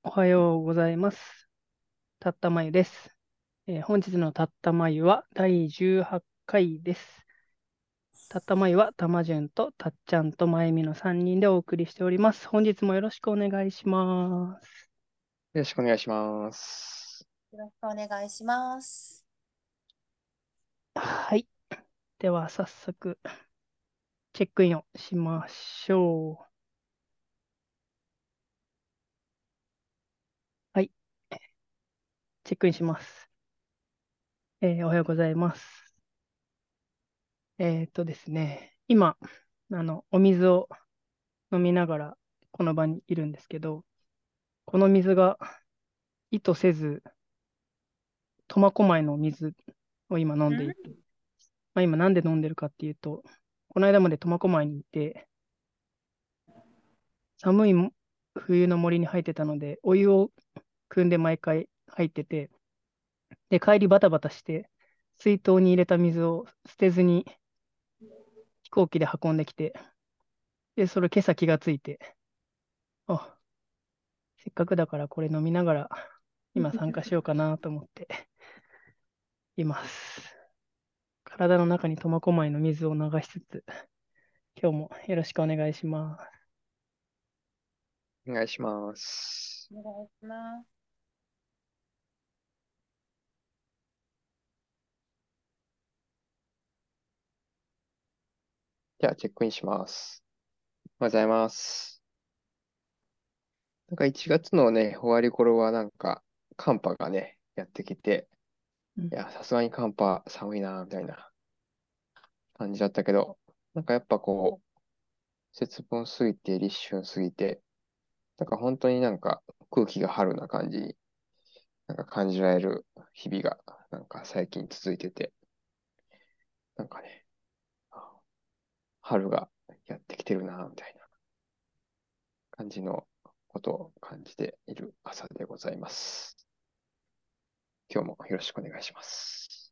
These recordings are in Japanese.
おはようございます。たったまゆです。本日のたったまゆは第18回です。たったまゆはたまじゅんとたっちゃんとまゆみの3人でお送りしております。本日もよろしくお願いします。 よろしくお願いします。 よろしくお願いします。 はい。では早速チェックインをしましょう。はい。チェックインします。おはようございます。ですね、今、お水を飲みながらこの場にいるんですけど、この水が意図せず苫小牧の水を今飲んでいて、今なんで飲んでるかっていうと、この間まで苫小牧にいて、寒い冬の森に入ってたので、お湯を汲んで毎回入ってて、で、帰りバタバタして、水筒に入れた水を捨てずに飛行機で運んできて、で、それ今朝気がついて、あ、せっかくだからこれ飲みながら今参加しようかなと思っています。体の中に苫小牧の水を流しつつ、今日もよろしくお願いします。 お願いします。 お願いします。 じゃあ、チェックインします。おはようございます。1月のね、終わり頃は寒波がね、やってきて、 うん。 いや、さすがに寒波寒いな、みたいな感じだったけど、やっぱ節分過ぎて、立春過ぎて、本当に空気が春な感じに感じられる日々が最近続いてて、なんかね、あ春がやってきてるな、みたいな感じのことを感じている朝でございます。今日もよろしくお願いします。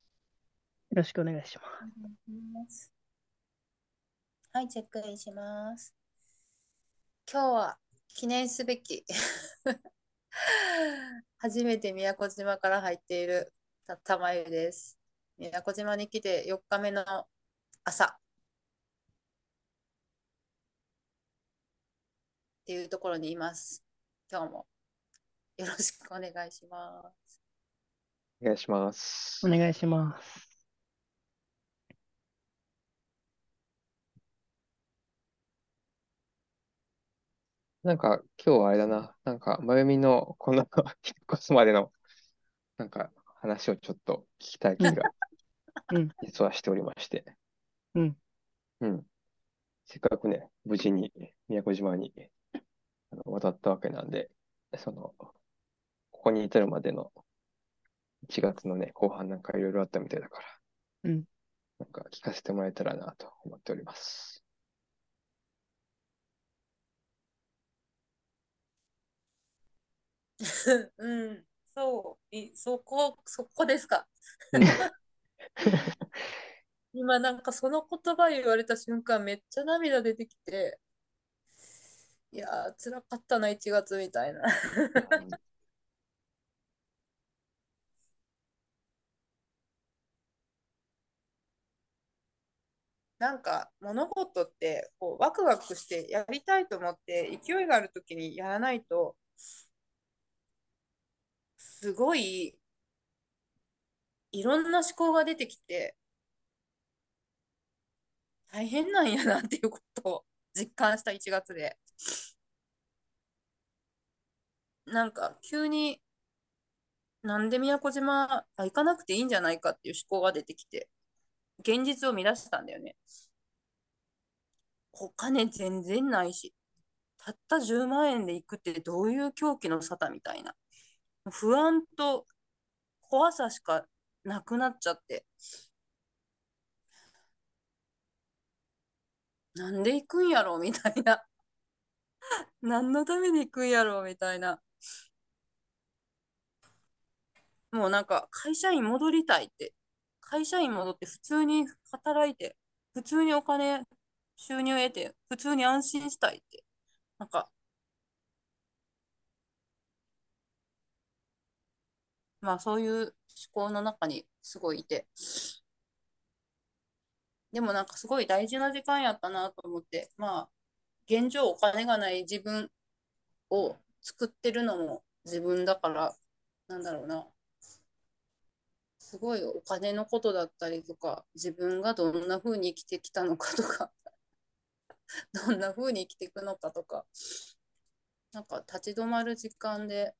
よろしくお願いしまお願いします。はい、チェックインします。今日は記念すべき初めて宮古島から入っている玉湯です。宮古島に来て4日目の朝っていうところにいます。今日もよろしくお願いします。 お願いします。おす。 願いします。 今日はあれだな。まゆみのこの引っ越すまでの話をちょっと聞きたいうん、 気がうん、 実はしておりまして。 うん。 うん。せっかくね、無事に宮古島に渡ったわけなんで、ここに至るまでの1月のね、後半いろいろあったみたいだから、 うん。 聞かせてもらえたらなと思っております。 うん、そこですか。 うん。 今その言葉言われた瞬間めっちゃ涙出てきて、いやー、辛かったな、1月みたいな。物事ってこうワクワクしてやりたいと思って勢いがあるときにやらないと、すごいいろんな思考が出てきて大変なんやなっていうことを実感した1月で、急になんで宮古島行かなくていいんじゃないかっていう思考が出てきて、現実を乱したんだよね。お金全然ないし、たった10万円で行くってどういう狂気の沙汰みたいな。不安と怖さしかなくなっちゃって、なんで行くんやろみたいな。何のために行くんやろみたいな。もう会社員戻りたいって。会社員戻って普通に働いて、普通にお金、収入得て、普通に安心したいって。なんかまあそういう思考の中にすごいいて、でもなんかすごい大事な時間やったなと思って、まあ現状お金がない自分を作ってるのも自分だから、なんだろうな、すごいお金のことだったりとか、自分がどんな風に生きてきたのかとか、どんな風に生きていくのかとか、なんか立ち止まる時間で、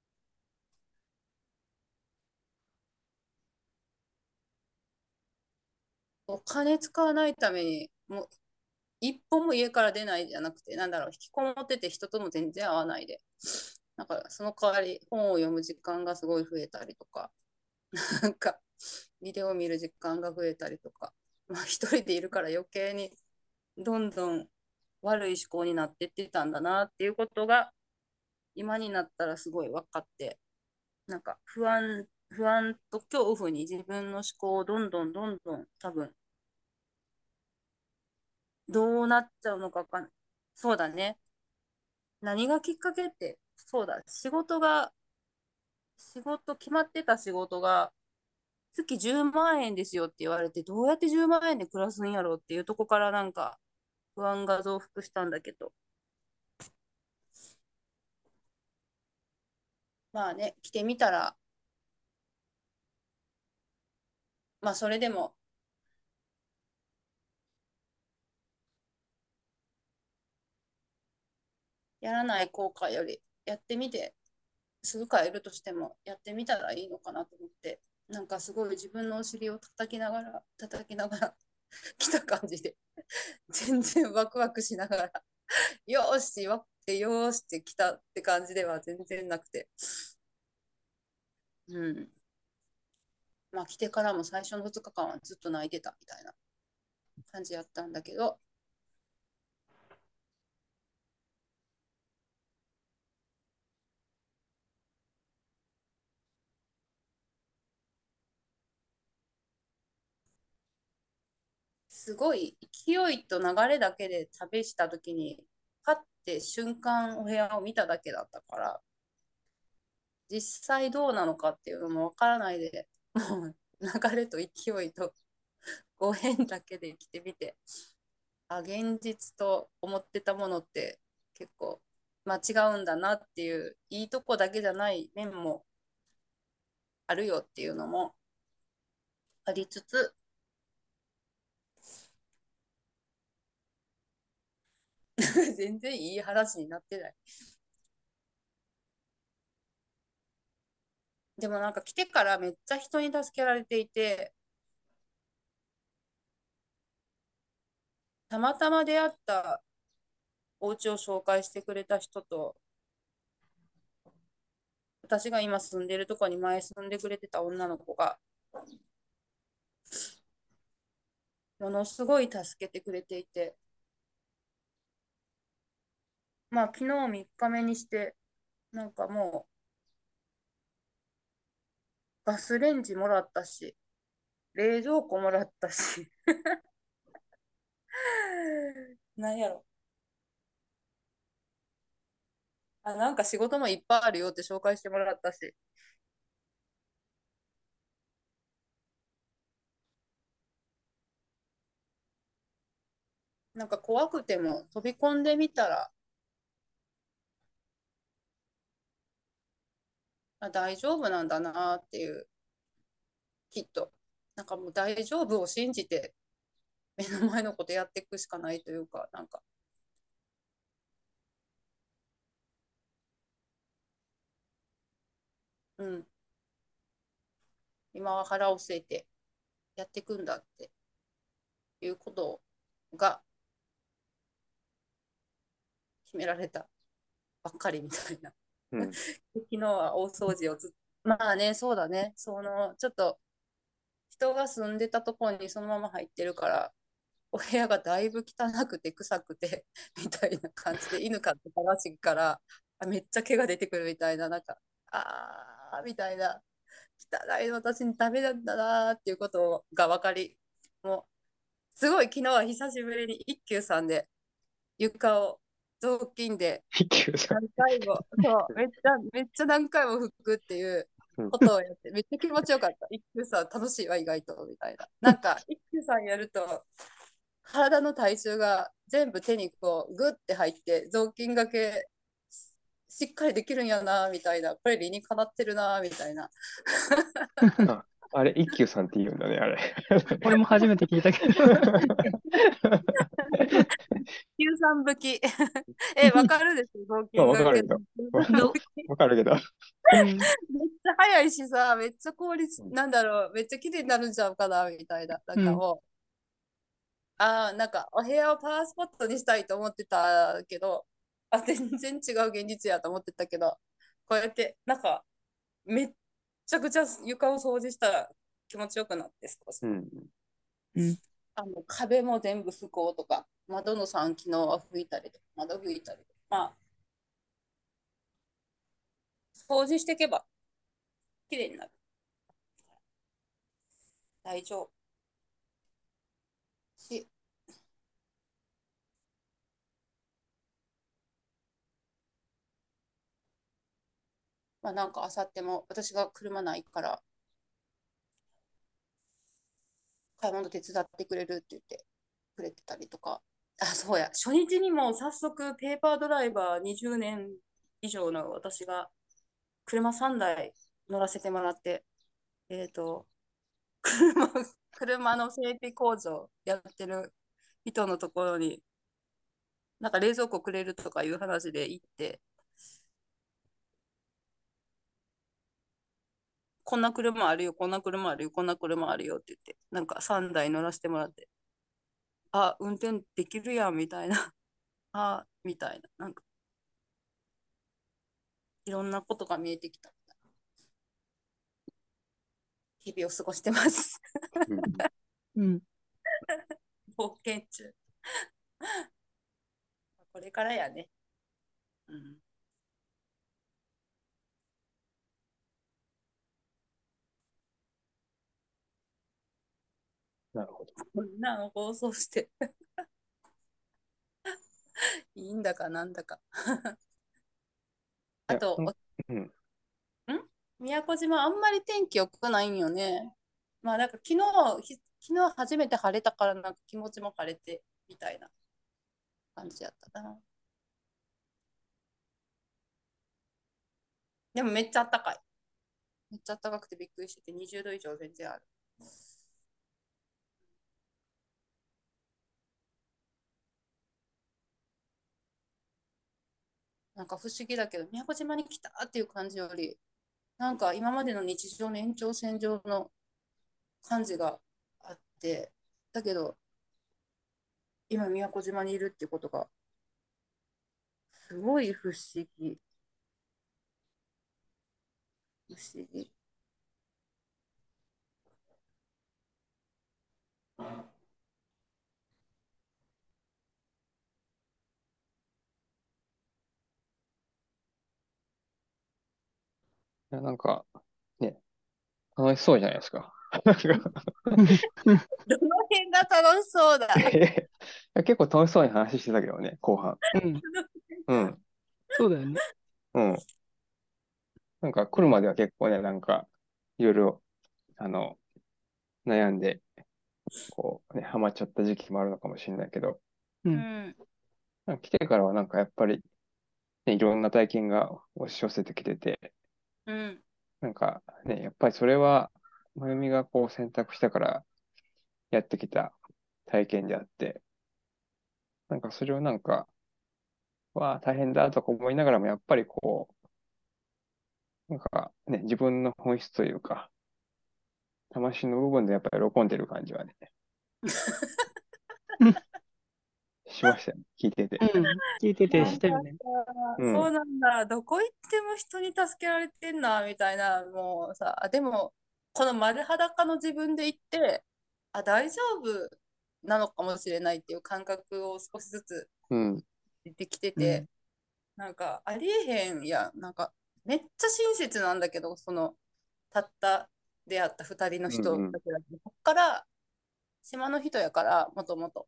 お金使わないために、もう一歩も家から出ないじゃなくて、なんだろう、引きこもってて人とも全然会わないで、なんかその代わり本を読む時間がすごい増えたりとか、なんかビデオを見る時間が増えたりとか、まあ、一人でいるから余計にどんどん悪い思考になってってたんだなっていうことが今になったらすごい分かって、なんか不安と恐怖に自分の思考をどんどん多分どうなっちゃうのかわかんない。そうだね。何がきっかけって、そうだ、仕事決まってた仕事が月10万円ですよって言われて、どうやって10万円で暮らすんやろうっていうとこからなんか不安が増幅したんだけど、まあね、来てみたら、まあそれでも、やらない後悔より、やってみて、すぐ変えるとしても、やってみたらいいのかなと思って、なんかすごい自分のお尻を叩きながら来た感じで、全然ワクワクしながら、よーし、わってよーしって来たって感じでは全然なくて、うん。まあ来てからも最初の2日間はずっと泣いてたみたいな感じやったんだけど、すごい勢いと流れだけで旅した時に、パッて瞬間お部屋を見ただけだったから、実際どうなのかっていうのもわからないで、もう流れと勢いとご縁だけで来てみて、あ、現実と思ってたものって結構間違うんだなっていう、いいとこだけじゃない面もあるよっていうのもありつつ、全然いい話になってない。でもなんか来てからめっちゃ人に助けられていて、たまたま出会ったお家を紹介してくれた人と、私が今住んでるとこに前住んでくれてた女の子が、ものすごい助けてくれていて、まあ昨日3日目にして、なんかもうガスレンジもらったし、冷蔵庫もらったし、なんやろ。あ、なんか仕事もいっぱいあるよって紹介してもらったし、なんか怖くても飛び込んでみたら、あ、大丈夫なんだなっていう、きっと。なんかもう大丈夫を信じて目の前のことやっていくしかないというか、なんか、うん、今は腹を据えてやっていくんだっていうことが決められたばっかりみたいな。 うん。 昨日は大掃除をまあね、そうだね。ちょっと人が住んでたところにそのまま入ってるから、お部屋がだいぶ汚くて臭くてみたいな感じで、犬飼ってたらしいから、めっちゃ毛が出てくるみたいな、なんか、みたいな、汚い私にダメなんだなっていうことが分かり、もう、すごい昨日は久しぶりに一休さんで床を雑巾で一休さん。 何回も、そう、めっちゃ何回も拭くっていう。 うん。 ことをやって、めっちゃ気持ちよかった。一休さん楽しいわ、意外と、みたいな。なんか、一休さんやると、体の体重が全部手にこうグッて入って雑巾がけしっかりできるんやなみたいな、これ理にかなってるなみたいな。 あ、あれ、一休さんって言うんだね、あれ。 俺も初めて聞いたけど。 有酸武器。え、わかるですよ、雑まあ、 巾がけ。 わかるけど。わ雑巾わかるけど。 うん。 めっちゃ早いしさ、めっちゃ効率、 うん。 なんだろう、めっちゃ綺麗になるんちゃうかなみたいな。なんうん。 かもう、なんかお部屋をパワースポットにしたいと思ってたけど、全然違う現実やと思ってたけど、こうやって、なんか、めっちゃくちゃ床を掃除したら気持ちよくなって少し。 うん。 うん。 壁も全部拭こうとか、窓の3機能は拭いたりとか、窓拭いたりとか、まあ、掃除していけば綺麗になる。大丈夫し、まあなんかあさっても私が車ないから買い物手伝ってくれるって言ってくれてたりとか。そうや、初日にも早速ペーパードライバー20年以上の私が車3台乗らせてもらって、えっ、と、車、車の整備工場やってる人のところに、なんか冷蔵庫くれるとかいう話で行って、こんな車あるよ、こんな車あるよ、こんな車あるよって言って、なんか3台乗らせてもらって、運転できるやんみたいな、みたいな、なんかいろんなことが見えてきた日々を過ごしてます。 うん。 うん。 冒険中。これからやね。うん。 なるほど。 こんなの放送していいんだかなんだか。 いや、 あと、 うん。 宮古島あんまり天気良くないんよね。まあなんか昨日初めて晴れたからなんか気持ちも晴れてみたいな感じやったな。でもめっちゃ暖かい。めっちゃ暖かくてびっくりしてて20度以上全然ある。なんか不思議だけど宮古島に来たっていう感じよりなんか今までの日常の延長線上の感じがあって、だけど今宮古島にいるってことがすごい不思議。不思議。 いや、なんか、ね、楽しそうじゃないですか。なんかどの辺が楽しそうだ。 いや結構楽しそうに話してたけどね、後半。 うん。 うん。 そうだよね。 うん。なんか来るまでは結構ね、なんか、いろいろ、あの、悩んで、こう、ね、ハマっちゃった時期もあるのかもしれないけど、 うん。 うん。 なんか来てからはなんかやっぱり、ね、いろんな体験が押し寄せてきてて、 うん。 なんかね、やっぱりそれは、まゆみがこう選択したからやってきた体験であって、なんかそれをなんか、わあ、大変だとか思いながらも、やっぱりこう、なんかね、自分の本質というか、魂の部分でやっぱり喜んでる感じはね、 うん。 しましたよね、聞いてて。 聞いててなんかしたよね。 そううん。 なんだ。どこ行っても人に助けられてんな、みたいな、もうさ、でも、この丸裸の自分で行って、大丈夫なのかもしれないっていう感覚を少しずつうん。 出てきてうん。 て、なんかありえへんやん、なんかめっちゃ親切なんだけど、そのたった出会った2人のうん。うん。 人だけだけど、こっから島の人やから、もともと、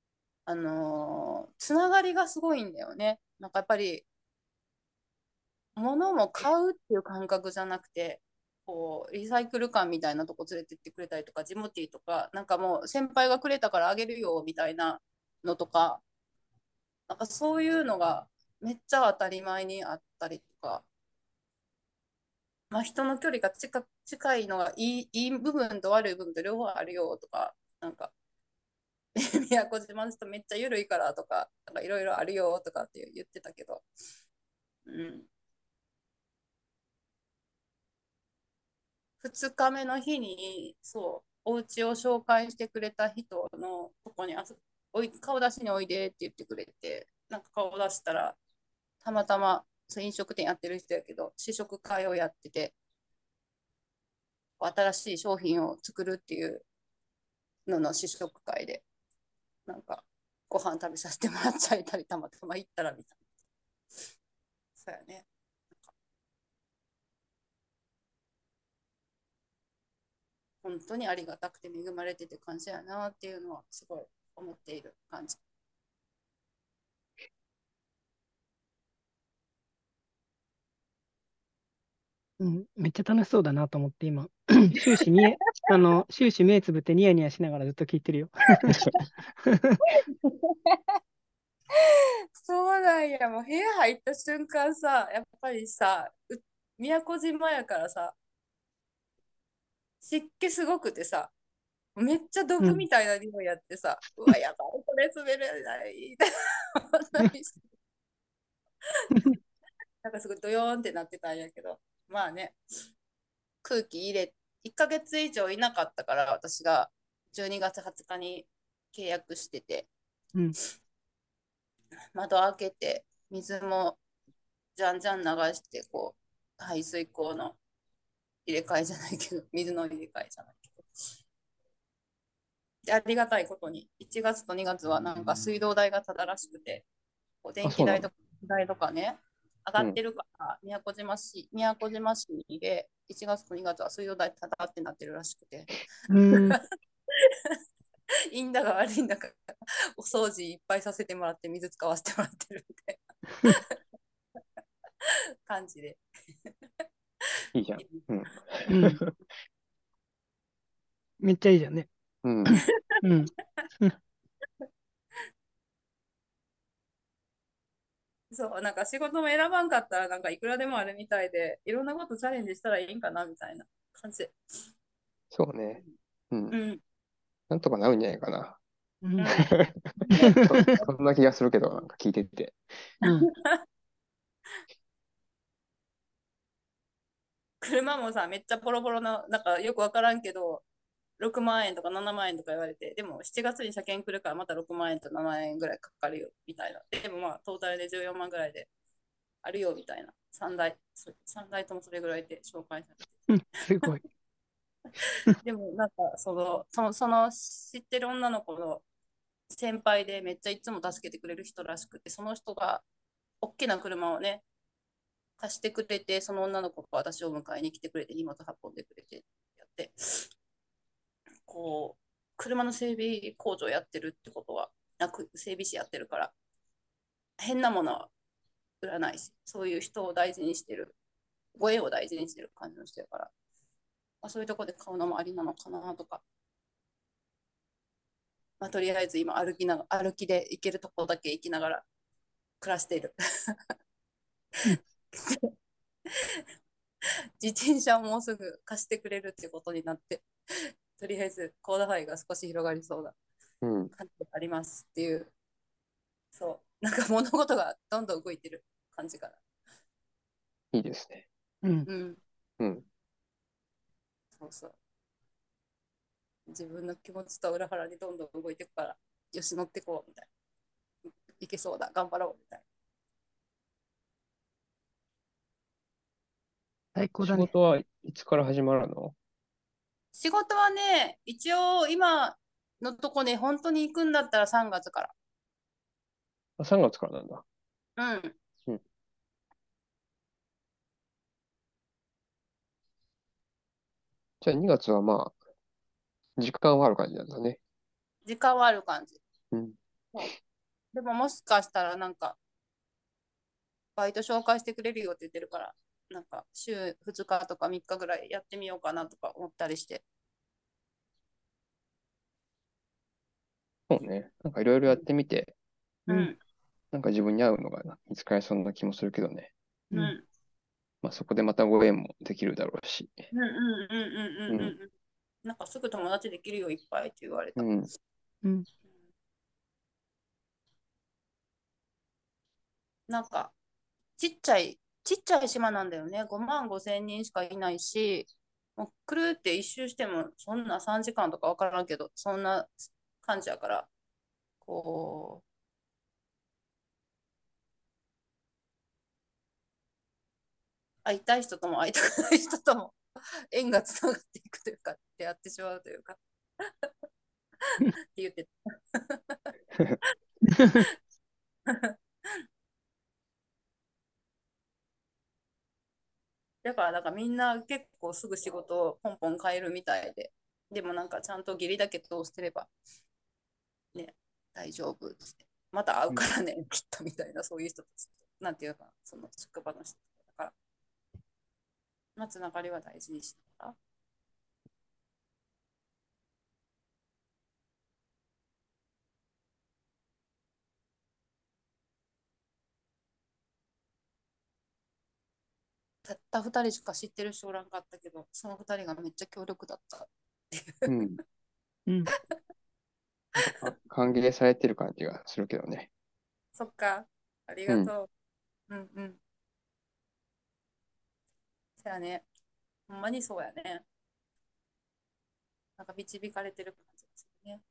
つながりがすごいんだよね。なんかやっぱり物も買うっていう感覚じゃなくて、こうリサイクル館みたいなとこ連れてってくれたりとか、ジモティーとか、なんかもう先輩がくれたからあげるよみたいなのとか、なんかそういうのがめっちゃ当たり前にあったりとか、まあ、人の距離が近いのがいい部分と悪い部分と両方あるよとか、なんか宮古島の人めっちゃ緩いからとか、なんかいろいろあるよとかって言ってたけど、うん、2日目の日に、そう、お家を紹介してくれた人のとこに顔出しにおいでって言ってくれて、なんか顔出したら、たまたまそう飲食店やってる人やけど、試食会をやってて、新しい商品を作るっていうのの試食会で、なんかご飯食べさせてもらっちゃいたり、たまたま行ったらみたいな。そうやね。本当にありがたくて恵まれてて感謝やなっていうのはすごい思っている感じ。 うん、めっちゃ楽しそうだなと思って今、終始にえ、終始目つぶってニヤニヤしながらずっと聞いてるよ。 そうなんや、もう部屋入った瞬間さ、やっぱりさ、宮古島やからさ、湿気すごくてさ、めっちゃドうん。 ブみたいな匂いやってさ、うわ、やばい、これ滑れないってなんかすごいドヨーンってなってたんやけど、まあね、空気入れ、1ヶ月以上いなかったから、私が12月20日に契約してて、 うん。 窓開けて、水もじゃんじゃん流して、こう、排水口の入れ替えじゃないけど、水の入れ替えじゃないけど。でありがたいことに、1月と2月はなんか水道代がただらしくて、こうあ、そうなの。 電気代とかね、上がうん。 ってるから、宮古島市で1月と2月は水道代ただってなってるらしくて、 うん。 いいんだか悪いんだか、お掃除いっぱいさせてもらって、水使わせてもらってるみたいな感じで。 いいじゃん。うん。 うん。めっちゃいいじゃんね。 うん。 うん。 そう、なんか仕事も選ばんかったら、なんかいくらでもあるみたいで、いろんなことチャレンジしたらいいんかなみたいな感じ。 そうね。うん。 うん、 なんとかなるんじゃないかな。 うん。 うん。 そんな気がするけど、なんか聞いてて。 うん。 車もさ、めっちゃボロボロな、なんかよくわからんけど、6万円とか7万円とか言われて、でも7月に車検来るからまた6万円と7万円ぐらいかかるよみたいな。でもまあトータルで14万ぐらいであるよみたいな。3台ともそれぐらいで紹介されて。 すごい。 でもなんかその知ってる女の子の先輩でめっちゃいつも助けてくれる人らしくて、その人が大きな車をね、貸してくれて、その女の子が私を迎えに来てくれて、荷物運んでくれてやって、こう、車の整備工場やってるってことは、整備士やってるから、変なものは売らないし、そういう人を大事にしてる、ご縁を大事にしてる感じの人やから、そういうとこで買うのもありなのかなとか、まあ、とりあえず今歩きで行けるとこだけ行きながら暮らしている。 うん。 自転車をもうすぐ貸してくれるっていうことになって、とりあえず行動範囲が少し広がりそうなうん。 感じがありますっていう、そう、なんか物事がどんどん動いてる感じかな。 いいですね。 うん。 うん、 うん。 そうそう。自分の気持ちと裏腹にどんどん動いていくから、よし、乗ってこうみたいな。いけそうだ、頑張ろうみたいな。 最高だね。 仕事はいつから始まるの？ 仕事はね、一応今のとこね、本当に行くんだったら3月かあ、3月からなんだ。 ら。うん。 うん。じゃあ2月はまあ、時間はある感じなんだね。 時間はある感じ。 うん。 そうでももしかしたらなんかバイト紹介してくれるよって言ってるから、なんか週2日とか3日ぐらいやってみようかなとか思ったりして。 そうね。なんかいろいろやってみて、 うん。 うん、 なんか自分に合うのが見つかりそうな気もするけどね。 うん。 うん、 まあそこでまたご縁もできるだろうし。 うん、うん、うん、うん、 うん。 うんうん。なんかすぐ友達できるよ、いっぱいって言われた。 うん。 うん。 なんかちっちゃい島なんだよね。5万5千人しかいないし、もうくるって一周してもそんな3時間とか分からんけど、そんな感じやから、こう、会いたい人とも会いたくない人とも縁がつながっていくというか、出会ってしまうというか、って言ってた。だからなんかみんな結構すぐ仕事をポンポン変えるみたいで、でもなんかちゃんと義理だけ通してればね、大丈夫って。また会うからね、きっとみたいな、そういう人たち。なんていうか、その職場の人だから、まあ、つながりは大事にしながら。たった2人しか知ってる人おらんかったけど、その2人がめっちゃ強力だった。 うん。 うん。 なんか歓迎されてる感じがするけどね。 そっか、ありうん。 がとう。うんうん。そやね、ほんまにそうやね。なんか導かれてる感じがするね。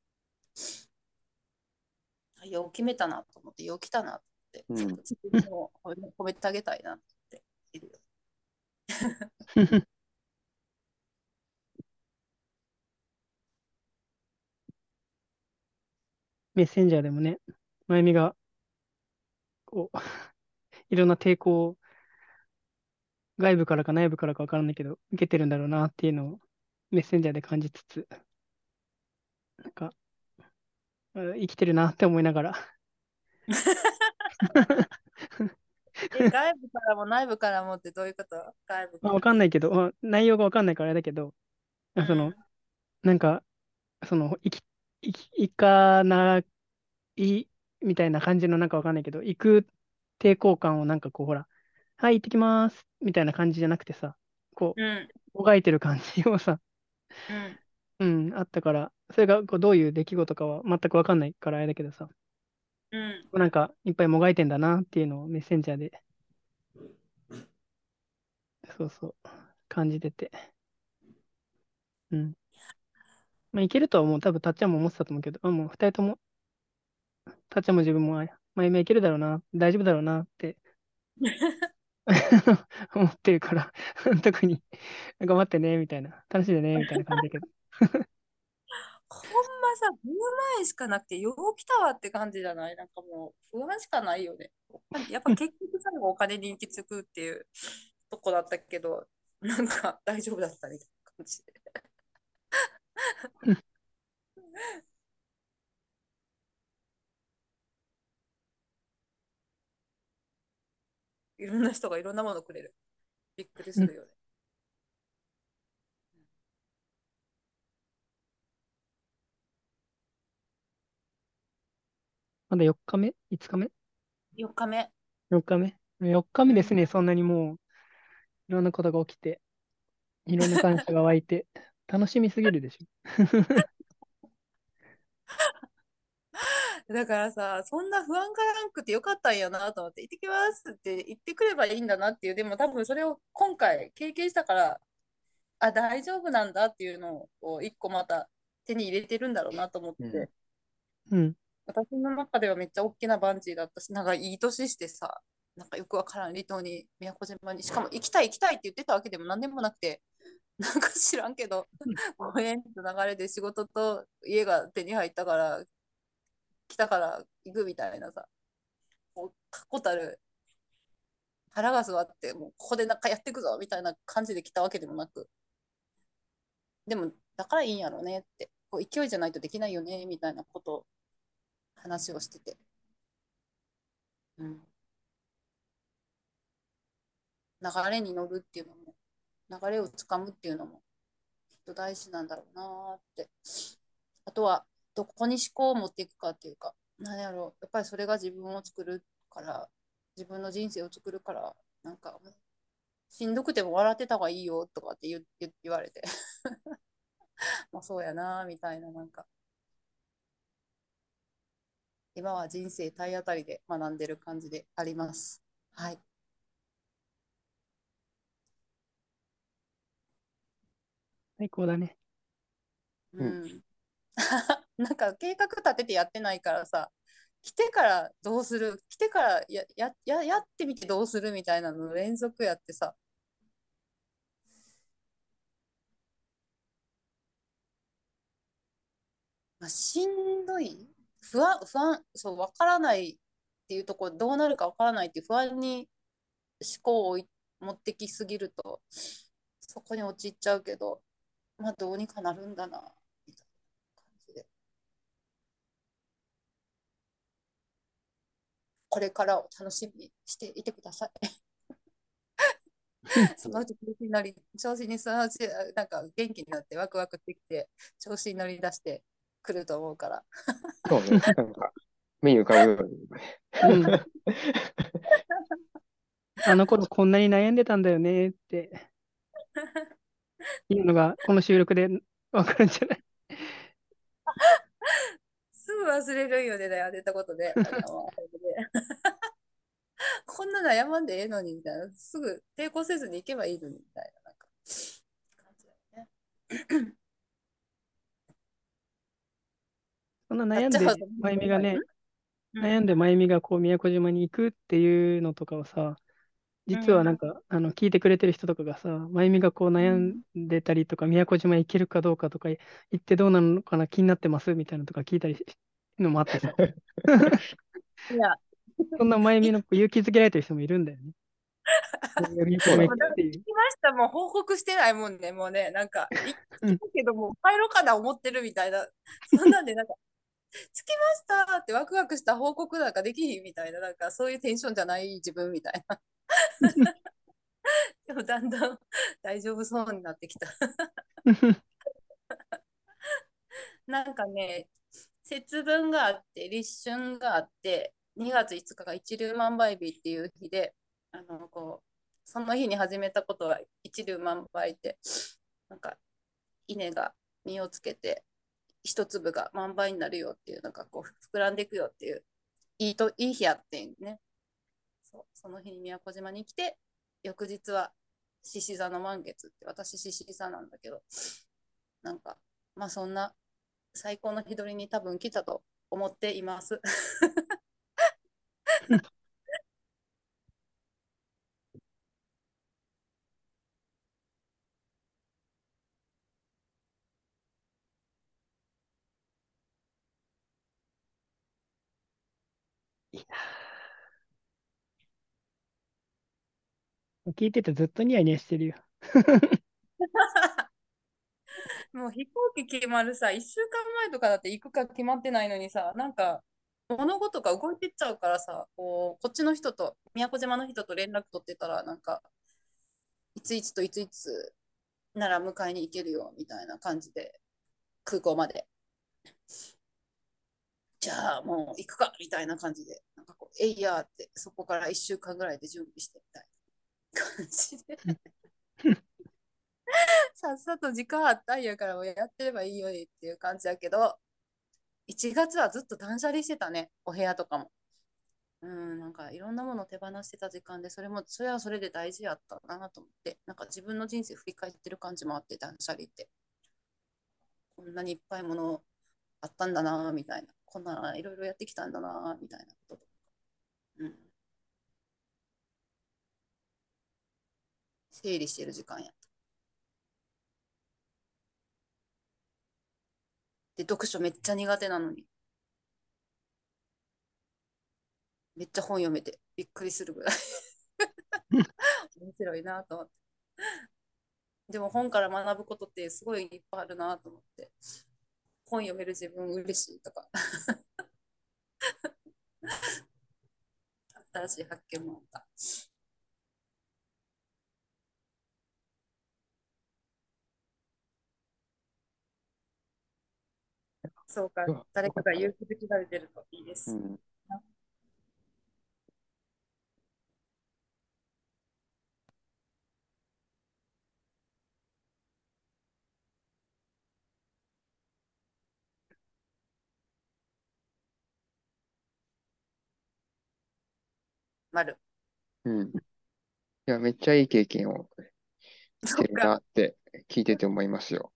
よう決めたなと思って、よう来たなって、 うん。 自分を褒めてあげたいなっているよ。 メッセンジャーでもね、まゆみが、こう、いろんな抵抗を外部からか内部からかわからないけど、受けてるんだろうなっていうのをメッセンジャーで感じつつ、なんか、生きてるなって思いながら。 外部からも内部からもってどういうこと？外部まあ、 から。 わかんないけど、まあ、内容がわかんないからあれだけど、その、 うん。 なんか、行かないみたいな感じのなんかわかんないけど、行く抵抗感をなんかこう、ほら、はい、行ってきますみたいな感じじゃなくてさ、こうん。 う、もがいてる感じをさ、 うん。 うん、あったから、それがこうどういう出来事かは全くわかんないからあれだけどさ、 うん。 なんかいっぱいもがいてんだなっていうのをメッセンジャーで、そうそう、感じてて。うん。まあ、いけるとはもう多分たっちゃんも思ってたと思うけど、もう二人とも、たっちゃんも自分も、まあ、今いけるだろうな、大丈夫だろうなって思ってるから特に頑張ってね、みたいな、楽しんでね、みたいな感じだけど。 ほんまさ、ブー前しかなくて、よう来たわって感じじゃない？なんかもう、不安しかないよね。やっぱ結局最後お金に行き着くっていうとこだったけど、なんか大丈夫だったみたいな感じで。いろんな人がいろんなものくれる。びっくりうん。 するよね。 まだ4日目？ 5 日目？ 4日目。 4 日目？ 4 日目うん。 ですね、そんなにもういろんなことが起きて、いろんな感謝が湧いて、楽しみすぎるでしょ。 だからさ、そんな不安がらんくてよかったんやなと思って、行ってきますって言ってくればいいんだなっていう、でも多分それを今回経験したから、あ、大丈夫なんだっていうのを一個また手に入れてるんだろうなと思っうん。 て、 うん。 私の中ではめっちゃ大きなバンジーだったし、なんかいい年してさ、なんかよくわからん離島に、宮古島に、しかも行きたいって言ってたわけでも何でもなくて、なんか知らんけど、ご縁と流れで仕事と家が手に入ったから、来たから行くみたいなさ、もう確固たる腹が据わって、もうここでなんかやっていくぞみたいな感じで来たわけでもなく、でもだからいいんやろうねって、こう勢いじゃないとできないよねみたいなことを話をしてて。うん流れに乗るっていうのも、流れをつかむっていうのもきっと大事なんだろうなって。あとは、どこに思考を持っていくかっていうか、なんやろう、やっぱりそれが自分を作るから、自分の人生を作るから、なんか、しんどくても笑ってた方がいいよとかって言われて、まあそうやなみたいな、なんか、今は人生体当たりで学んでる感じであります。はい。 最高だね。 ううん。 ん。なんか計画立ててやってないからさ、来てからどうする来てからやってみてどうするみたいなのの連続やってさ、まあ、しんどい不安、そう、わからないっていうところ、どうなるかわからないっていう不安に思考を持ってきすぎると、そこに陥っちゃうけど、まあどうにかなるんだな、みたいな感じで。これからを楽しみにしていてください。そのうち調子にそのうちなんか元気になってワクワクってきて、調子に乗り出してくると思うから。 そうね。なんか、目に浮かぶように。 うん。あの頃こんなに悩んでたんだよねっていうのが、この収録でわかるんじゃない？ すぐ忘れるよね、悩んでたことで。こんな悩まんでええのにみたいな。すぐ抵抗せずに行けばいいのにみたいな、なんか感じだよね。 そんななっ悩んで、 ちゃうと思まゆみうのに。 がね、 うん。 悩んでまゆみがこう宮古島に行くっていうのとかをさ、実はなんうん。 か、聞いてくれてる人とかがさ、まゆみがこう悩んでたりとか、宮古島行けるかどうかとか、行ってどうなのかな、気になってますみたいなのとか聞いたりのもあってさ、 いや、 そんなまゆみの勇気づけられてる人もいるんだよね。宮古島行そうだね。 くっていう。 来ました、もう報告してないもんね、もうね、なんか、来うん。 たけども、帰ろうかな思ってるみたいな、そんなんで、なんか、着きましたってワクワクした報告なんかできひんみたいな、なんか、そういうテンションじゃない自分みたいな。でも、だんだん大丈夫そうになってきた。なんかね、節分があって、立春があって、2月5日が一粒万倍日っていう日で、その日に始めたことは一粒万倍って、なんか稲が実をつけて、一粒が万倍になるよっていう、なんかこう膨らんでいくよっていう、いい日あってんね。その日に宮古島に来て、翌日は獅子座の満月って、私獅子座なんだけど、なんか、まあそんな最高の日取りに多分来たと思っています。 聞いててずっとニヤニヤしてるよ。 もう飛行機決まるさ、1週間前とかだって行くか決まってないのにさ、なんか物事が動いてっちゃうからさ、こっちの人と、宮古島の人と連絡取ってたら、なんか、いついつといついつなら迎えに行けるよみたいな感じで、空港まで。じゃあもう行くかみたいな感じで、なんかこう、えいやーって、そこから1週間ぐらいで準備してみたいな感じで、さっさと時間あったんやからもうやってればいいよねっていう感じだけど、1月はずっと断捨離してたね、お部屋とかも。うん、なんかいろんなものを手放してた時間で、それはそれで大事やったなと思って、なんか自分の人生振り返ってる感じもあって、断捨離って。こんなにいっぱいものあったんだなみたいな。こんないろいろやってきたんだなみたいなこととか。うん。整理してる時間やった。で、読書めっちゃ苦手なのに、めっちゃ本読めてびっくりするぐらい面白いなと思って。でも本から学ぶことってすごいいっぱいあるなと思って。本読める自分嬉しいとか、新しい発見もあった。 そうか、 よ誰かがかったね。 勇気づけられてるといいです。 うん。 丸。 うん。いや、めっちゃいい経験をしてるそっか。 なって聞いてて思いますよ。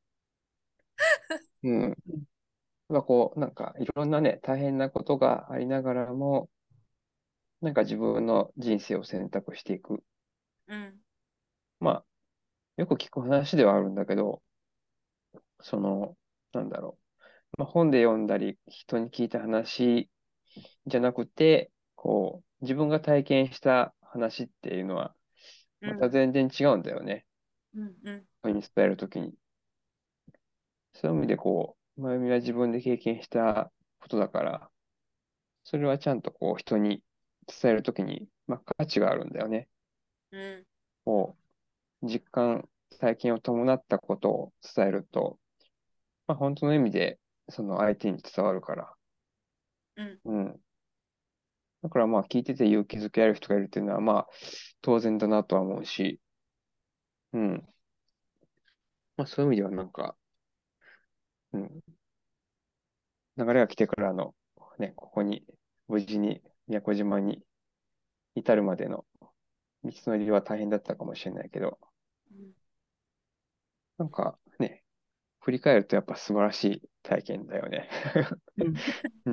うん。 うん。 こう、なんかいろんなね、大変なことがありながらも、なんか自分の人生を選択していく。 うん。 まあ、よく聞く話ではあるんだけど、その、なんだろう。まあ、本で読んだり、人に聞いた話じゃなくて、こう、自分が体験した話っていうのは、またうん。 全然違うんだよね。 うん。うん。 人に伝えるときに。そういう意味で、こう、まゆみは自分で経験したことだから、それはちゃんとこう、人に伝えるときに、まあ、価値があるんだよね。 うん。 こう、実感、体験を伴ったことを伝えると、まあ、本当の意味で、その相手に伝わるから。 うん。 うん。だからまあ、聞いてて勇気づけられる人がいるっていうのは、まあ、当然だなとは思うし、うん。まあ、そういう意味ではなんか、うん、流れが来てからの、ね、ここに、無事に宮古島に至るまでの道のりは大変だったかもしれないけど、 うん。 なんかね、振り返るとやっぱ素晴らしい体験だよね。 うん。 うん、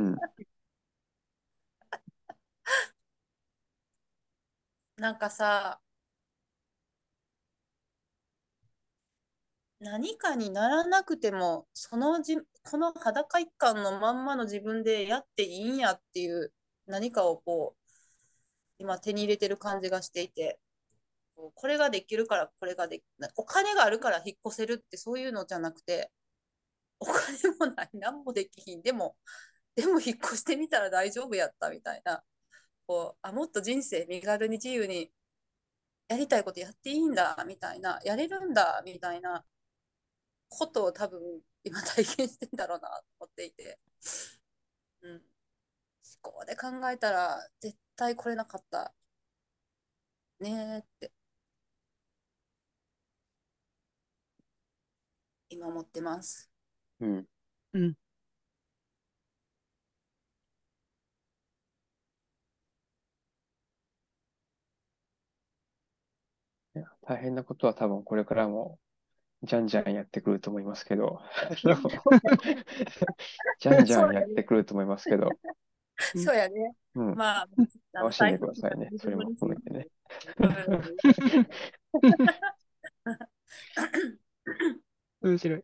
なんかさ、何かにならなくても、この裸一貫のまんまの自分でやっていいんやっていう何かをこう、今手に入れてる感じがしていて、これができるからこれができお金があるから引っ越せるってそういうのじゃなくて、お金もない、何もできひん。でも引っ越してみたら大丈夫やったみたいな。もっと人生身軽に自由にやりたいことやっていいんだみたいな、やれるんだみたいなことを多分今体験してんだろうなと思っていて、うん、思考で考えたら絶対来れなかったねーって今思ってます。 うん。 うん。 いや大変なことは多分これからもじゃんじゃんやってくると思いますけど、じゃんじゃんやってそうやね。 くると思いますけど、 うん。 そうやね。 うん、 まあ、 楽しんで大切なくださいね。それも自分につ含めてね。 いて。うん。 面白い。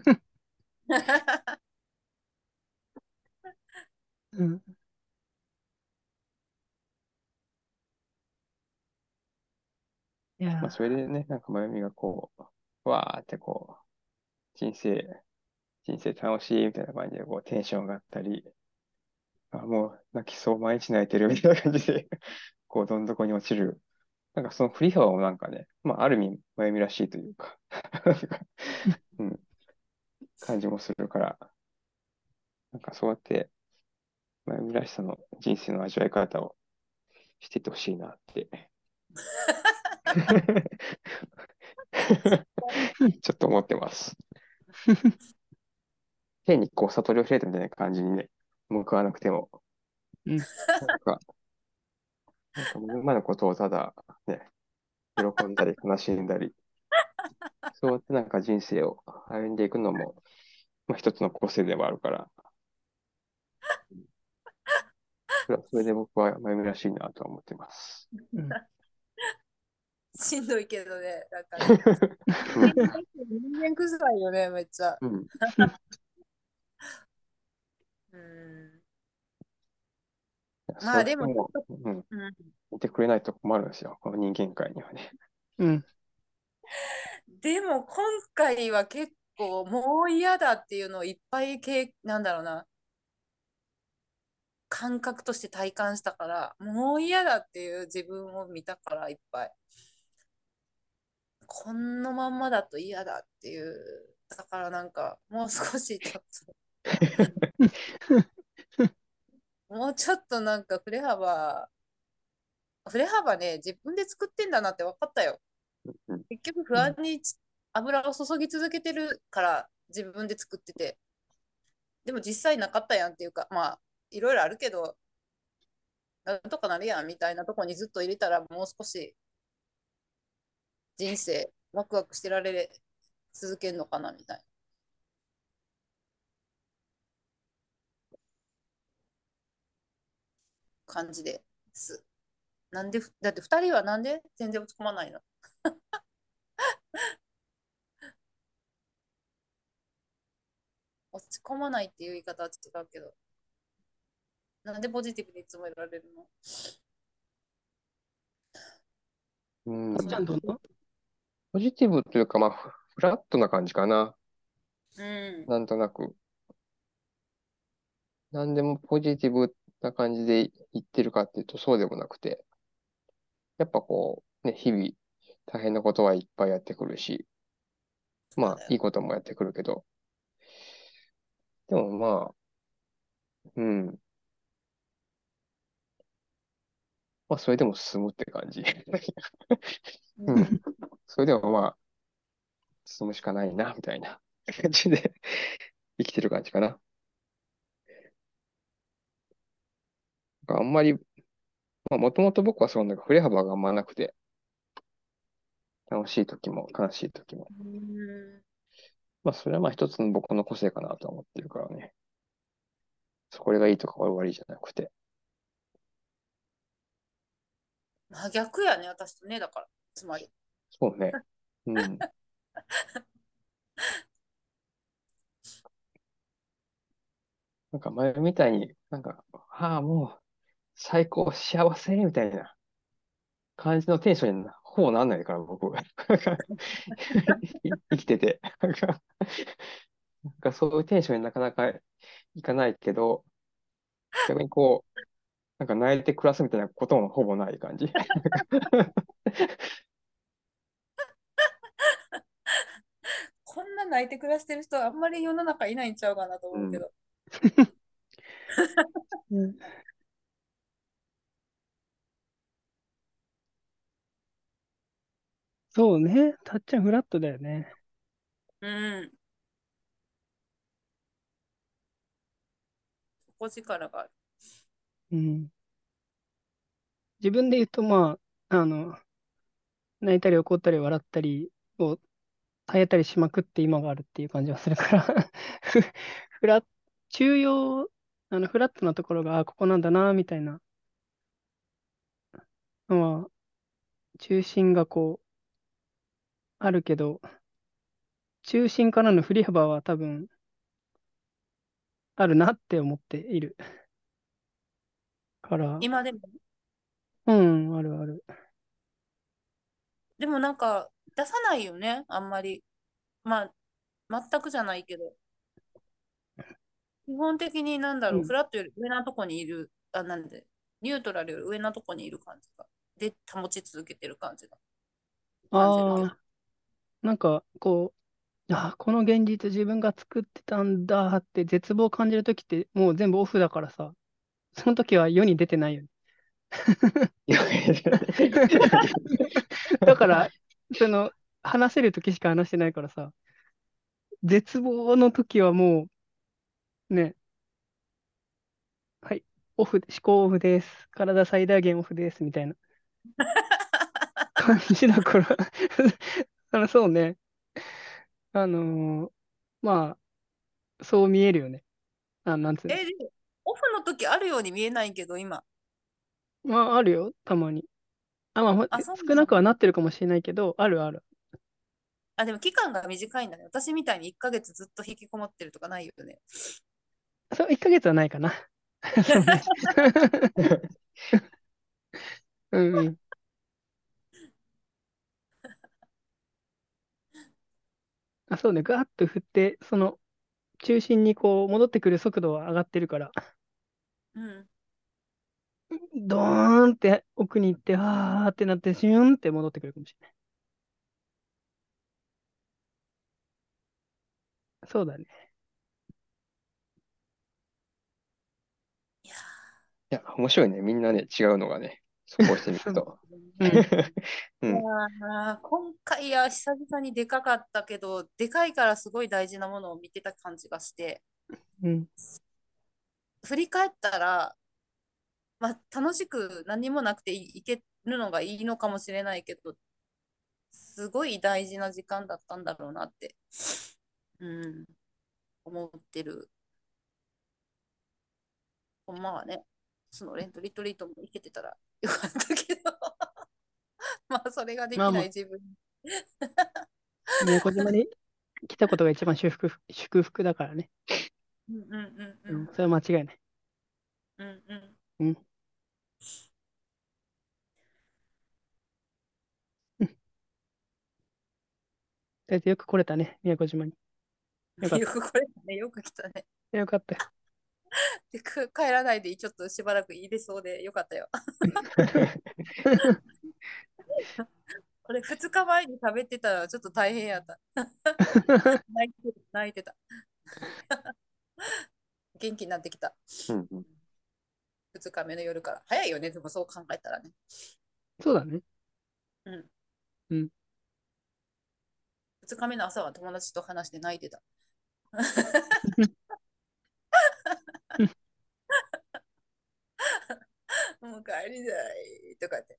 うん。いまあ、それやでね、なんか、まゆみがこう、わーってこう、人生、人生楽しいみたいな感じで、こう、テンションがあったり、あ、もう泣きそう、毎日泣いてるみたいな感じで、こう、どん底に落ちる。なんかその振り幅もなんかね、まあ、ある意味、まゆみらしいというか、なんかー。 うん、感じもするから、なんかそうやって、まゆみらしさの人生の味わい方をしていってほしいなってちょっと思ってます。変にこう、悟りを開いたみたいな感じにね、向かわなくても、 うん。 なんか、目の前のことをただね、喜んだり悲しんだり、そうやってなんか人生を歩んでいくのも、まあ、一つの個性ではあるから、それで僕はまゆみらしいなとは思ってます。 うん。 しんどいけどね、なんかね。 うん、 人間臭いよね、めっちゃ。 うん。 うん。まそうあでも、ちょっやってもと、 う、うん、 うん、 いてくれないと困るんですよ、この人間界にはね。 うん。 でも今回は結構もう嫌だっていうのをいっぱいなんだろうな、感覚として体感したから、もう嫌だっていう自分を見たからいっぱい。このまんまだと嫌だっていう。だからなんかもう少しちょっともうちょっとなんか振れ幅ね、自分で作ってんだなって分かったよ。 うん。 結局不うん。 安に油を注ぎ続けてるから自分で作ってて。でも実際なかったやんっていうか、まあ、いろいろあるけど、なんとかなるやんみたいなとこにずっと入れたら、もう少し人生ワクワクしてられ続けるのかなみたいな感じです。なんで、だって2人はなんで全然落ち込まないの？落ち込まないっていう言い方は違うけど、なんでポジティブにいつもいられるの？ うあっちゃん。 んどんな？ ポジティブというか、まあ、フラットな感じかな。 うん。 なんとなく。なんでもポジティブな感じで言ってるかっていうと、そうでもなくて。やっぱこう、ね、日々大変なことはいっぱいやってくるし、まあ、 そうだよ。 いいこともやってくるけど、でもまあ、うん。まあ、それでも進むって感じ。うん。 うん。 それでもまあ、進むしかないな、みたいな感じで生きてる感じかな。あんまり、まあ、もともと僕はそんな振れ幅があんまなくて、楽しい時も悲しい時も。 うん。 まあ、それはまあ一つの僕の個性かなと思ってるからね。これがいいとかこれ悪いじゃなくて。 真逆やね、私とね、だから、つまり。 そうね。うん。なんか前みたいに、なんか、はあ、もう、最高、幸せ、みたいな感じのテンションにほぼなんないから、僕。なんか生きてて。なんかそういうテンションになかなかいかないけど、逆にこう、なんか泣いて暮らすみたいなこともほぼない感じ。 こんな泣いて暮らしてる人はあんまり世の中いないんちゃうかなとうん。 思うけど。 うん。そうね。たっちゃんフラットだよね。 うん。底力がある。 うん。自分で言うと、まあ、泣いたり怒ったり笑ったりを耐えたりしまくって今があるっていう感じはするからフフラ、中庸、フラットなところが、ここなんだな、みたいなのは、中心がこう、あるけど、中心からの振り幅は多分あるなって思っているから、 今でも。 うん、あるある。 でもなんか出さないよね、あんまり。まあ、全くじゃないけど。基本的になんだろう、 うん。 フラットより上なとこにいる、なんで、ニュートラルより上なとこにいる感じが。で、保ち続けてる感じが感じるけど。 ああ、なんか、こう、この現実自分が作ってたんだって絶望を感じるときってもう全部オフだからさ、その時は世に出てないよね。 いやいやいだから、その、話せる時しか話してないからさ、絶望の時はもう、ね、はい、オフ、思考オフです。体最大限オフです。みたいな感じだからそうね。あのーまそう見えるよね。なんつうの。 でもオフの時あるように見えないけど、今。 あるよ、たまに。 あ、そう少なくはなの？ なってるかもしれないけど、あるある。 あ、でも期間が短いんだね。私みたいに1ヶ月ずっと引きこもってるとかないよね。 そう、1ヶ月はないかな。そうね。うんうん。そうね。ガーッと振って、その中心にこう戻ってくる速度は上がってるから、 うん。 ドーンって奥に行って、あーってなって、シューンって戻ってくるかもしれない。そうだね。 や、面白いね。みんなね、違うのがね、そこをしてみると。 うん。 ういやん。 今回は久々にでかかったけど、でかいからすごい大事なものを見てた感じがして、 うん。 振り返ったら、まあ、楽しく何もなくていけるのがいいのかもしれないけど、すごい大事な時間だったんだろうなって、うん、思ってる。ほんまはね、そのレントリトリートも行けてたらよかったけど、まあ、それができまあまあ、 ない自分。 宮古島に来たことが一番祝福だからね。 うんうんうんううん。 ん。 それは間違いない。 うんうん。 うん。うん。とりあえずよく来れたね、宮古島に。よかっよた。 くこれね、よく来たね。 よかったよ。 で帰らないでちょっとしばらく入れそうでよかったよ。これ2日前に食べてたらちょっと大変やった。泣いてた。元気になってきた。 うんうん。 2日目の夜から。早いよね、でもそう考えたらね。 そうだね。 うん。 うん。 2日目の朝は友達と話して泣いてた。もう帰りたいとかって。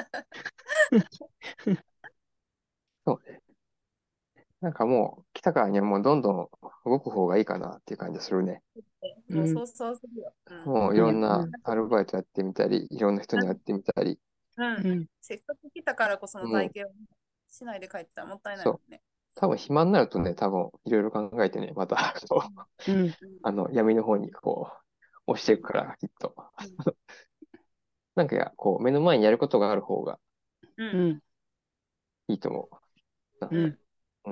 そうね。なんかもう、来たからにはもうどんどん動く方がいいかなっていう感じがするね。 うん。 もうそうするよ。うん。 もういうん。 ろんなうん。 アルバイトやってみたり、いろんな人に会ってみたり、 うん。 うん。 せっかく来たからこそのもう、 体験をしないで帰ったらもったいないそう。 もんね。 多分暇になるとね、多分いろいろ考えてね、またこううん。 うん。 闇の方にこう、押しうん。 ていくから、きっと。 うん。 なんかこう、目の前にやることがある方がうん。 うん。 いいと思う。 うん。 うん。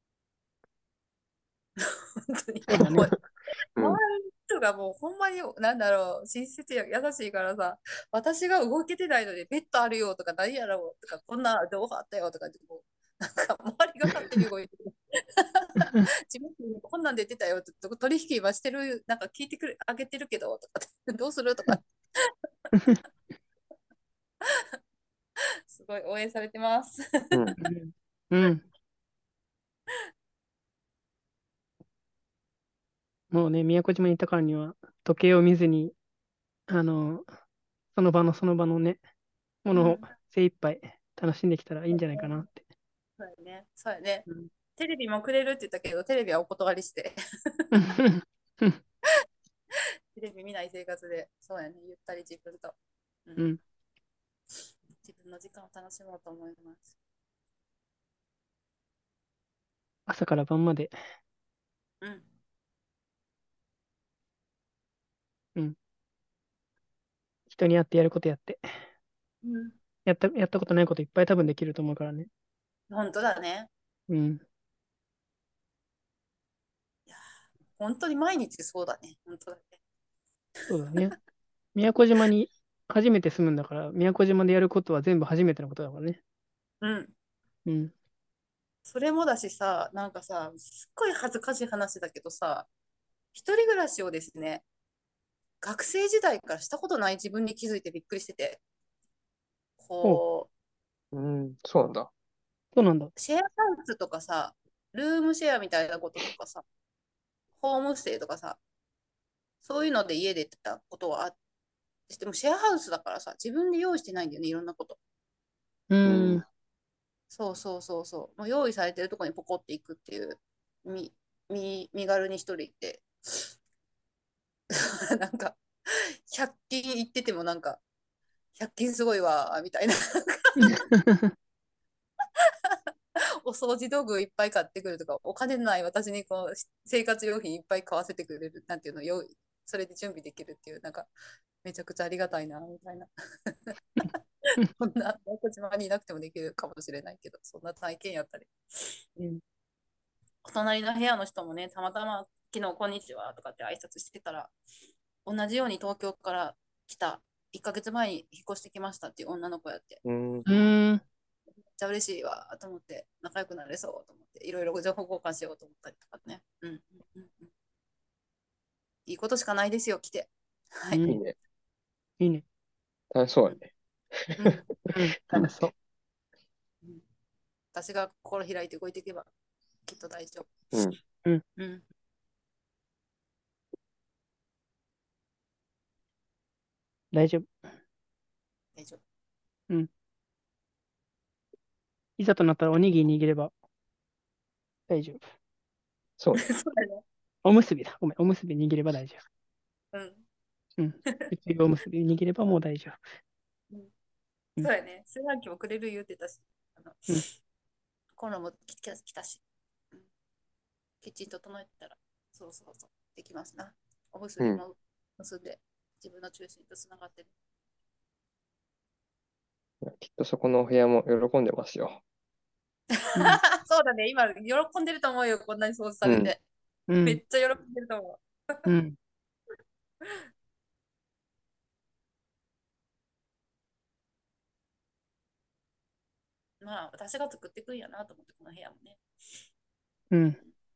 本当にそうだね。 もううん。 周りの人がもうほんまに、なんだろう、親切や優しいからさ、私が動けてないので、ベッドあるよとか、何やろうとか、こんな動画あったよとかって、もう、なんか周りが勝手に動いてる。自分でこんなんで出たよって、取引はしてる、なんか聞いてくれ、あげてるけど、とかって、どうするとか、すごい応援されてます。 うん。 うん。うん。もうね、宮古島にいたからには、時計を見ずに、あの、その場のね、ものをうん。 精一杯楽しんできたらいいんじゃないかなって。 そうやね。そうやね。 うん。 テレビもくれるって言ったけど、テレビはお断りして、テレビ見ない生活で、そうやね、ゆったり自分と、うん、 うん。 自分の時間を楽しもうと思います。 朝から晩まで、 うん。 うん。人に会ってやることやって、 うん。 やったことないこといっぱい多分できると思うからね。 本当だね。 うん。 いや、本当に毎日そうだね。本当だね。 そうだね。宮古島に初めて住むんだから、宮古島でやることは全部初めてのことだからね。 うん。 うん。 それもだしさ、なんかさ、すっごい恥ずかしい話だけどさ、一人暮らしをですね、学生時代からしたことない自分に気づいてびっくりしてて、 おう、 こうん。そうなんだ。 そうなんだ。 シェアハウスとかさ、ルームシェアみたいなこととかさ、ホームステイとかさ、そういうので家でたことはあって、でもシェアハウスだからさ、自分で用意してないんだよね、いろんなこと。 うーうん。 ん。 そうそうそうそう。もう用意されてるとこにポコっていくっていう、身軽に一人いて、なんか、100均行っててもなんか、100均すごいわ、みたいな。お掃除道具いっぱい買ってくるとか、お金ない私にこう生活用品いっぱい買わせてくれる、なんていうの、それで準備できるっていう、なんか、めちゃくちゃありがたいな、みたいな。こんな、宮古島にいなくてもできるかもしれないけど、そんな体験やったり。 うん。 お隣の部屋の人もね、たまたま昨日こんにちはとかって挨拶してたら、同じように東京から来た、1ヶ月前に引っ越してきましたっていう女の子やって、 うん。 うーん。 めっちゃ嬉しいわと思って、仲良くなれそうと思って、いろいろ情報交換しようと思ったりとかね。うんうんうんうん。いいことしかないですよ、来て。はい。 うん。 いいね。 いいね。 楽しそうだね。 うん。 うん、楽しそう。 うん、私が心開いて動いていけばきっと大丈うん。 うん、 夫。うん。 大丈夫。 大丈夫。 うん。いざとなったらおにぎり握れば大丈夫。 そうね。 そうだね。 おむすびだ。ごめん、おむすび握れば大丈うん。 夫。うん。うちがおむすび握ればもう大丈うん、 夫。うん。 そうやね。炊飯器もくれる言うてたし、 うん。 コロナも来たし、うん、きっちり整えたら、そう、できますな。おむすうん。 びも結んで、自分の中心とつながってる。 いやきっとそこのお部屋も喜んでますよ。 うん。 そうだね。今、喜んでると思うよ。こんなに掃除さうん。 れて。 うん。 めっちゃ喜んでると思うん。 う。まあ、私が作っていくんやなと思って、この部屋もね。 うん。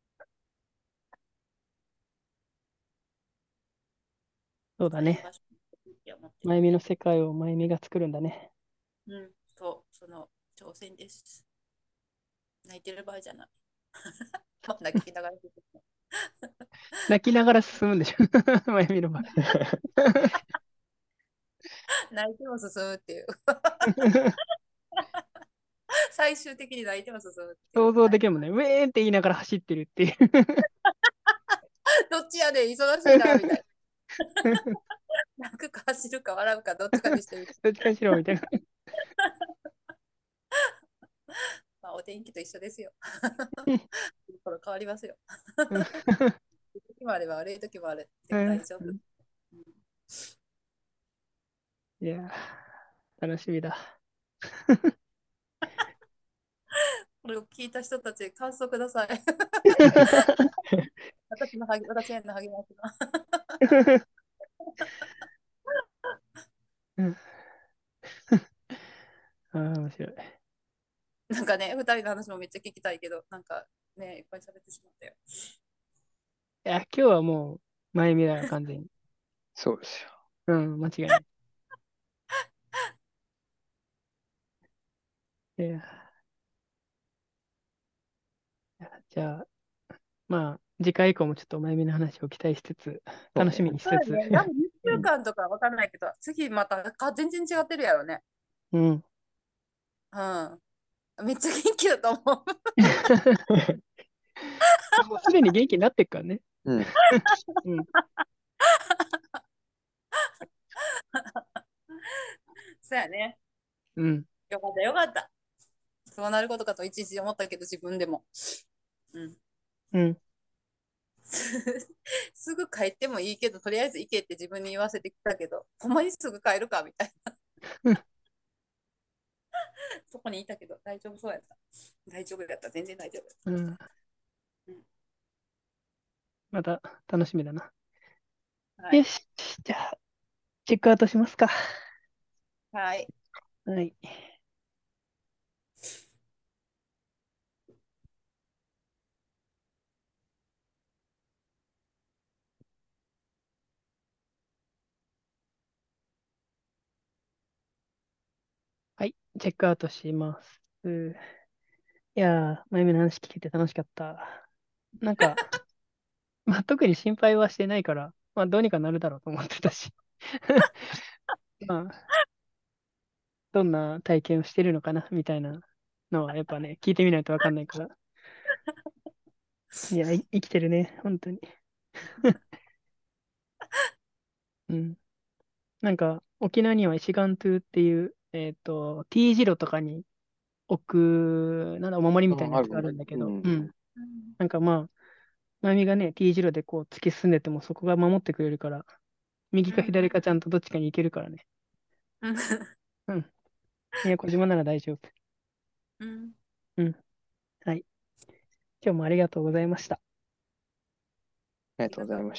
そうだね。 使える場所って思ってる。 まゆみの世界をまゆみが作るんだね。 うん、その挑戦です。泣いてる場合じゃない。まあ、泣きながら泣きながら進むんでしょ。まゆみの場合。 泣いても進むっていう。最終的に泣いても進むっていう。 想像はい、 できるもんね。ウェーンって言いながら走ってるっていう。 どっちやで、忙しいな、みたいな。泣くか走るか笑うかどっちかにしてみて。 どっちかにしろみたいな。 まあ、お天気と一緒ですよ。これ変わりますよ。いい時もあれば悪い時もある。でも大丈夫。うん、 いやー、楽しみだ。 これを聞いた人たち、感想ください。私への励ましの。 うんあー、面白い。 なんかね、二人の話もめっちゃ聞きたいけど、なんかね、いっぱい喋ってしまったよ。 いや、今日はもう、前見だよ、完全に。 そうですよ。 うん、間違いない。いや、じゃあ、まあ、次回以降もちょっと前見の話を期待しつつ、楽しそうね。 みにしつつ、 そうだね。多分2週うん、 間とかわかんないけど、次また全然違ってるやろね。 うん。 うん。めっちゃ元気だと思う。 もうすでに元気になってっからね。 うん。 うん、 そうやね。 うん、 よかった、よかった。そうなることかといちいち思ったけど、自分でも。うん。 うん、 すぐ帰ってもいいけど、とりあえず行けって自分に言わせてきたけど、ほんまにすぐ帰るかみたいな。そこにいたけど、大丈夫そうやった。大丈夫やった。全然大丈夫。 うん。 うん、 また楽しみだな。 はい。 よし、じゃあ、チェックアウトしますか。 はい。 はい。はい、チェックアウトします。いやー、まゆみの話聞けて楽しかった。なんか、まあ、特に心配はしてないから、まあ、どうにかなるだろうと思ってたし。まあ、どんな体験をしてるのかな、みたいなのは、やっぱね、聞いてみないとわかんないから。いや、生きてるね、本当に。うん。なんか、沖縄には石岩島っていう、T 字路とかに置く、なんだ、お守りみたいなあ、 やつがああるね。 るんだけど、 うん。 うん。 うん。 なんかまあ、まゆみがね、T 字路でこう突き進んでてもそこが守ってくれるから、右か左かちゃんとどっちかに行けるからね。 うん。 うん。宮古島なら大丈夫。 うん。 うん。はい。今日もありがとうございました。 ありがとうありがとう。 ございました。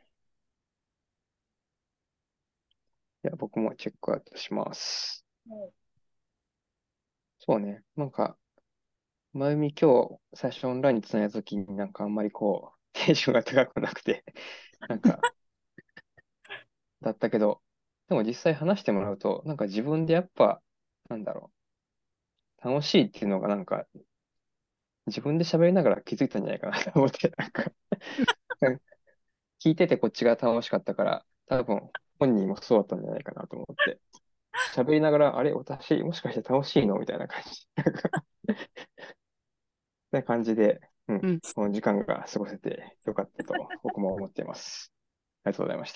では僕もチェックアウトします。 もそうね。なんか、まゆみ今日最初オンラインにつないだときになんかあんまりこう、テンションが高くなくて、なんか、だったけど、 でも実際話してもらうと、なんか自分でやっぱ、なんだろ楽しいっていうのがなんか、自分で喋りながら気づいたんじゃないかなと思って、なんか聞いててこっちが楽しかったから、多分本人もそうだったんじゃないかなと思って、喋りながら、あれ、私、もしかして楽しいのみたいな感じ。な感じで、 うん。 この時間が過ごせてよかったと僕も思っています。ありがとうございました。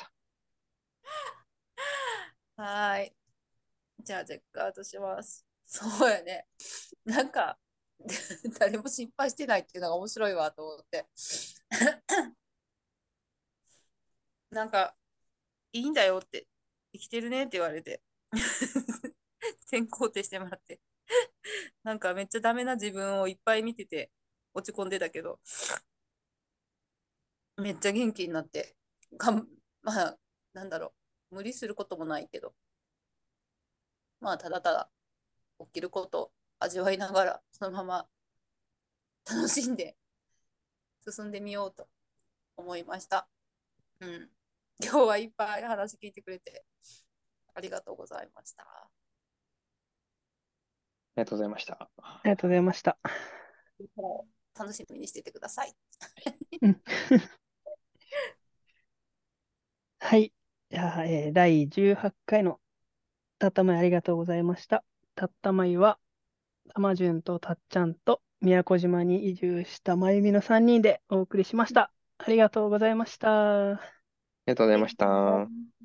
はーい。じゃあ、チェックアウトします。そうやね。なんか、誰も心配してないっていうのが面白いわと思って。なんか、いいんだよって、生きてるねって言われて、先肯定してもらって、なんかめっちゃダメな自分をいっぱい見てて、落ち込んでたけど、めっちゃ元気になって、まあ、なんだろ無理することもないけど、まあ、ただただ起きることを味わいながら、そのまま楽しんで進んでみようと思いました。うん。今日はいっぱい話聞いてくれてありがとうございました。 ありがとうございました。 ありがとうございました。 楽しみにしててください。 うん。はい。じゃあ、第18回のたったまいありがとうございました。たったまいは、たまじゅんとたっちゃんと宮古島に移住したまゆみの3人でお送りしました。ありがとうございました。 ありがとうございました。